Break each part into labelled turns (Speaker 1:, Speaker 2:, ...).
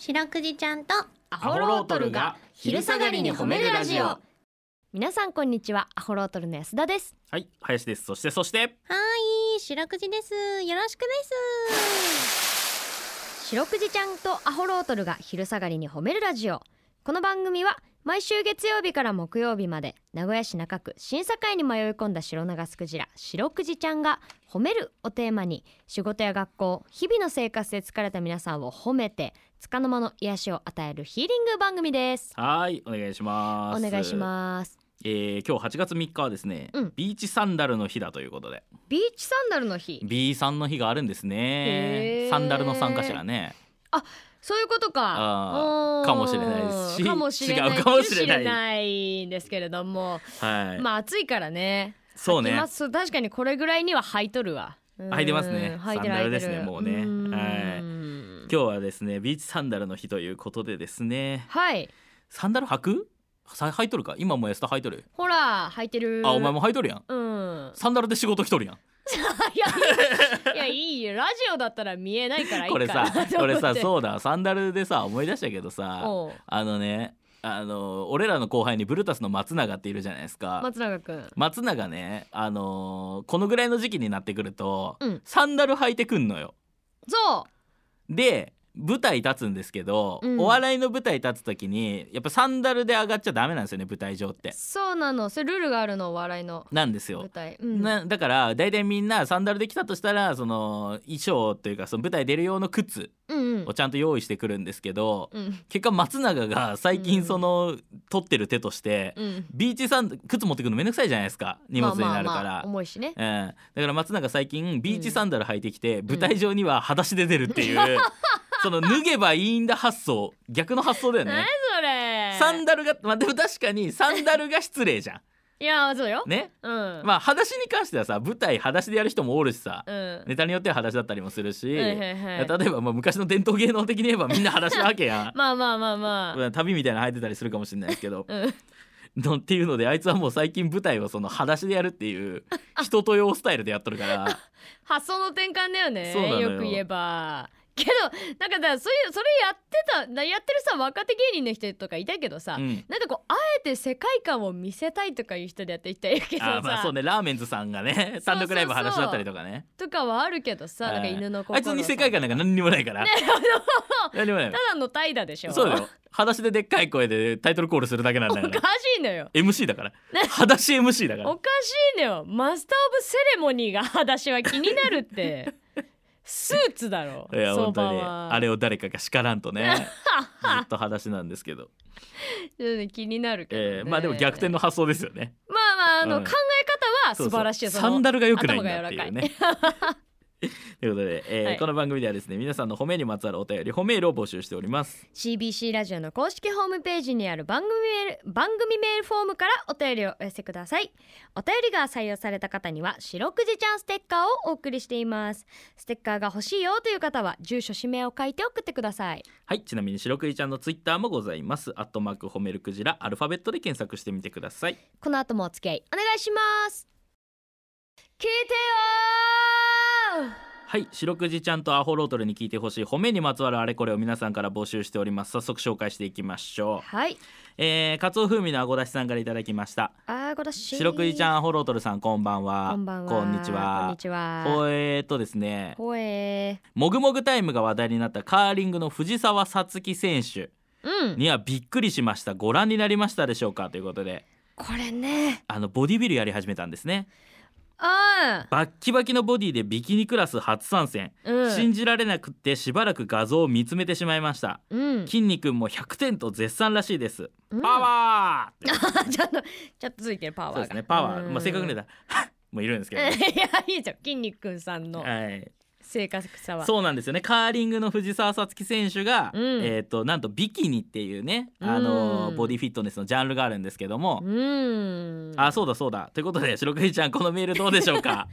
Speaker 1: 白くじちゃんと
Speaker 2: アホロートルが昼下がりに褒めるラジオ。
Speaker 3: 皆さんこんにちは。アホロートルの安田です。
Speaker 2: はい、林です。そして
Speaker 1: はい、白くじです。よろしくです。
Speaker 3: 白くじちゃんとアホロートルが昼下がりに褒めるラジオ。この番組は毎週月曜日から木曜日まで名古屋市中区審査会に迷い込んだ白長スクジラ白くじちゃんが褒めるをテーマに、仕事や学校日々の生活で疲れた皆さんを褒めて束の間の癒しを与えるヒーリング番組です。
Speaker 2: はい、お願いします。
Speaker 3: お願いします。
Speaker 2: 今日8月3日はですね、ビーチサンダルの日だということで。
Speaker 3: ビーチサンダルの日、
Speaker 2: B さんの日があるんですね。サンダルの参加者がね。
Speaker 3: あ、そういうことか。
Speaker 2: かもしれないですし、
Speaker 3: かもしれない
Speaker 2: 違うかもしれ
Speaker 3: ないんですけれども、
Speaker 2: はい、
Speaker 3: まあ暑いからね。
Speaker 2: そうね、
Speaker 3: 確かにこれぐらいには履いとるわ。
Speaker 2: 履いてますね。
Speaker 3: 履いてる
Speaker 2: サンダルですね、もうね。
Speaker 3: はい、
Speaker 2: 今日はですねビーチサンダルの日ということでですね。
Speaker 3: はい。
Speaker 2: サンダル履く？履いとるか？今も安田履いとる？
Speaker 3: ほら履いてる。
Speaker 2: あ、お前も履いとるやん。サンダルで仕事来とるやん。
Speaker 3: いやいいよ、ラジオだったら見えないからいいかな
Speaker 2: これさそうだ、サンダルでさ思い出したけどさ、俺らの後輩にブルタスの松永っているじゃないですか。
Speaker 3: 松永くん。
Speaker 2: 松永ね、このぐらいの時期になってくると、サンダル履いてくんのよ。
Speaker 3: そう
Speaker 2: で舞台立つんですけど、お笑いの舞台立つ時にやっぱサンダルで上がっちゃダメなんですよね、舞台上って。
Speaker 3: そうなの、それルールがあるの、お笑いの
Speaker 2: なんですよ。
Speaker 3: 舞台、
Speaker 2: だから大体みんなサンダルで来たとしたら、その衣装というかその舞台出る用の靴をちゃんと用意してくるんですけど、結果松永が最近その、取ってる手として、ビーチサンダル靴持ってくるのめんどくさいじゃないですか、荷物になるから、
Speaker 3: 重いしね、
Speaker 2: だから松永最近ビーチサンダル履いてきて、舞台上には裸足で出るっていう、その脱げばいいんだ発想、逆の発想だよね。
Speaker 3: 何それ。
Speaker 2: サンダルが、でも確かにサンダルが失礼じゃん。
Speaker 3: いやそうよ
Speaker 2: ね、裸足に関してはさ、舞台裸足でやる人もおるしさ、ネタによっては裸足だったりもするし、例えば昔の伝統芸能的に言えばみんな裸足なわけやん。まあ旅みたいなの履いてたりするかもしれないですけど、っていうのであいつはもう最近舞台をその裸足でやるっていう人と用スタイルでやっとるから
Speaker 3: 発想の転換だよね。
Speaker 2: そうなのよ。
Speaker 3: よく言えばけど、なんかそれやってるさ若手芸人の人とかいたけどさ、なんかこうあえて世界観を見せたいとかいう人でやってる人いるけどさ、
Speaker 2: そうね、ラーメンズさんがね単独ライブ裸足だったりとかね
Speaker 3: とかはあるけどさ、なんか犬の心
Speaker 2: あいつに世界観なんか何にもないから、何にもない。
Speaker 3: ただの怠惰でしょ。
Speaker 2: そうだよ、裸足ででっかい声でタイトルコールするだけなんだから。
Speaker 3: おかしいのよ、
Speaker 2: MC だから、裸足 MC だから。
Speaker 3: おかしいのよ、マスターオブセレモニーが裸足は気になるってスーツだろ。
Speaker 2: いや本当にあれを誰かが叱らんとねずっと裸足なんですけど
Speaker 3: 気になるけどね。
Speaker 2: まあでも逆転の発想ですよね。
Speaker 3: 考え方は素晴らしい。
Speaker 2: サンダルが良くないんだっていうねということで、この番組ではですね、皆さんの褒めにまつわるお便り、褒めールを募集しております。
Speaker 3: CBC ラジオの公式ホームページにある番組メールフォームからお便りをお寄せください。お便りが採用された方には白くじちゃんステッカーをお送りしています。ステッカーが欲しいよという方は住所氏名を書いて送ってください。
Speaker 2: はい、ちなみに白くじちゃんのツイッターもございます。@褒めるクジラ、アルファベットで検索してみてください。
Speaker 3: この後もお付き合いお願いします。聞いてよ
Speaker 2: はい、白くじちゃんとアホロートルに聞いてほしい褒めにまつわるあれこれを皆さんから募集しております。早速紹介していきましょう。
Speaker 3: はい、
Speaker 2: かつお風味のあごだしさんからいただきました。白くじちゃん、アホロートルさん、こんばんは。
Speaker 3: こんばんは。
Speaker 2: こんにちは。
Speaker 3: こんにちは。
Speaker 2: ですね、
Speaker 3: も
Speaker 2: ぐもぐタイムが話題になったカーリングの藤澤五月選手にはびっくりしました。ご覧になりましたでしょうか、ということで。
Speaker 3: これね、
Speaker 2: ボディビルやり始めたんですね。
Speaker 3: バ
Speaker 2: ッキバキのボディでビキニクラス初参戦、信じられなくてしばらく画像を見つめてしまいました。筋肉も100点と絶賛らしいです。パワー
Speaker 3: ちょっとついてるパワーが。
Speaker 2: そうですね、パワー、正確に言うともういるんですけど、ね、
Speaker 3: いやいいじゃん、筋肉さんの正確さは。
Speaker 2: そうなんですよね。カーリングの藤澤五月選手が、なんとビキニっていうね、ボディフィットネスのジャンルがあるんですけども、そうだということで、白くじちゃん、このメールどうでしょうか。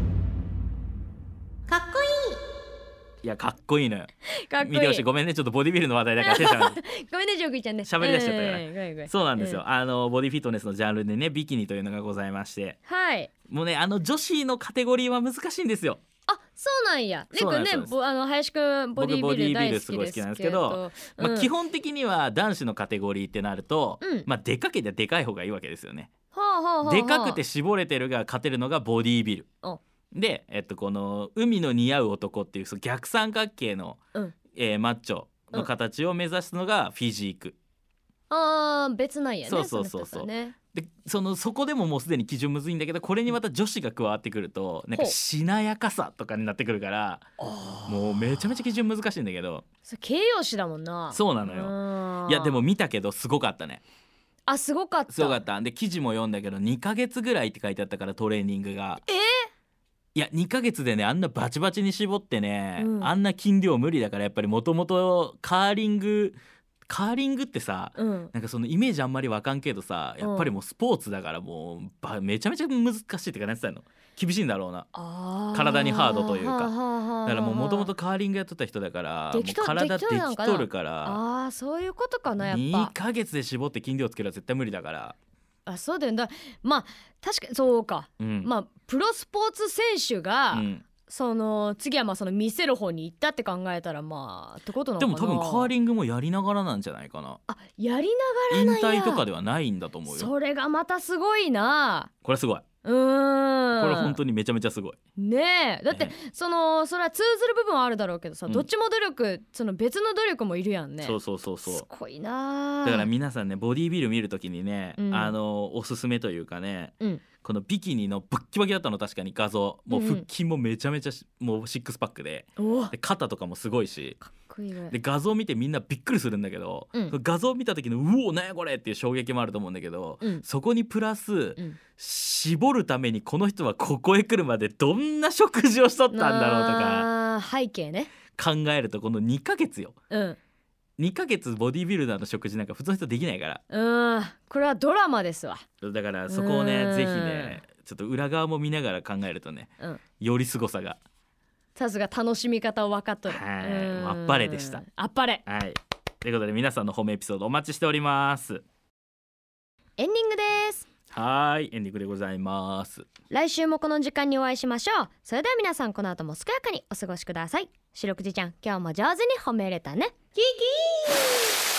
Speaker 1: かっこいい。
Speaker 2: いや、かっこいいのよ。
Speaker 3: 見
Speaker 2: てほしい。ごめんね、ちょっとボディビルの話題だからテンション
Speaker 3: ごめんね、ジョークちゃんね、
Speaker 2: 喋り出しちゃったから、そうなんですよ。ボディフィットネスのジャンルでね、ビキニというのがございまして、もうね、女子のカテゴリーは難しいんですよ。
Speaker 3: そうなんや。ねくんね、林くんボディービル大好きですけど、僕ボディービルすごい好きなんですけど、
Speaker 2: 基本的には男子のカテゴリーってなると、でかけてでかい方がいいわけですよね。でかくて絞れてるが勝てるのがボディービルで、この海の似合う男っていうその逆三角形の、マッチョの形を目指すのがフィジーク。
Speaker 3: 別なんやね。
Speaker 2: そうでそこでももうすでに基準むずいんだけど、これにまた女子が加わってくるとなんかしなやかさとかになってくるから、もうめちゃめちゃ基準難しいんだけど、
Speaker 3: それ形容詞だもんな。
Speaker 2: そうなのよ。いやでも見たけどすごかったね。
Speaker 3: すごかった。
Speaker 2: で記事も読んだけど2ヶ月ぐらいって書いてあったから、トレーニングがいや2ヶ月でね、あんなバチバチに絞ってね、あんな筋量無理だから。やっぱりもともとカーリングってさ、なんかそのイメージあんまりわかんけどさ、やっぱりもうスポーツだからもうめちゃめちゃ難しいってか、なんて言ったの、厳しいんだろうな、体にハードというか。だからもともとカーリングやっとった人だからもう体できとるから。
Speaker 3: そういうことかな。やっぱ
Speaker 2: 2ヶ月で絞って筋量つけるのは絶対無理だから。
Speaker 3: そうだよね。確かにそうか、プロスポーツ選手が、その次はその見せる方に行ったって考えたらってことなのかな。
Speaker 2: でも多分カーリングもやりながらなんじゃないかな。
Speaker 3: やりながらなんや。
Speaker 2: 引退とかではないんだと思うよ。
Speaker 3: それがまたすごいな。
Speaker 2: これすごい。これ本当にめちゃめちゃすごい
Speaker 3: ね。だってそれは通ずる部分はあるだろうけどさ、どっちも努力、その別の努力もいるやんね。
Speaker 2: そうす
Speaker 3: ごいな。
Speaker 2: だから皆さんね、ボディービル見るときにね、おすすめというかね、このビキニのブッキバキだったの、確かに画像もう腹筋もめちゃめちゃもうシックスパックで、肩とかもすごいし、
Speaker 3: かっこいい。
Speaker 2: で画像見てみんなびっくりするんだけど、画像見た時のうお何やこれっていう衝撃もあると思うんだけど、そこにプラス、絞るためにこの人はここへ来るまでどんな食事をしとったんだろうとか
Speaker 3: 背景ね
Speaker 2: 考えると、この2ヶ月よ、2ヶ月ボディービルダーの食事なんか普通の人できないから。
Speaker 3: これはドラマですわ。
Speaker 2: だからそこをね、ぜひねちょっと裏側も見ながら考えるとね、より凄さが。
Speaker 3: さすが楽しみ方を分かっとる。
Speaker 2: あっぱれでした。
Speaker 3: あっぱれ。
Speaker 2: ということで皆さんの褒めエピソードお待ちしております。
Speaker 3: エンディングです。
Speaker 2: エンディングでございます。
Speaker 3: 来週もこの時間にお会いしましょう。それでは皆さん、この後も健やかにお過ごしください。白くじちゃん、今日も上手に褒めれたね。キキー。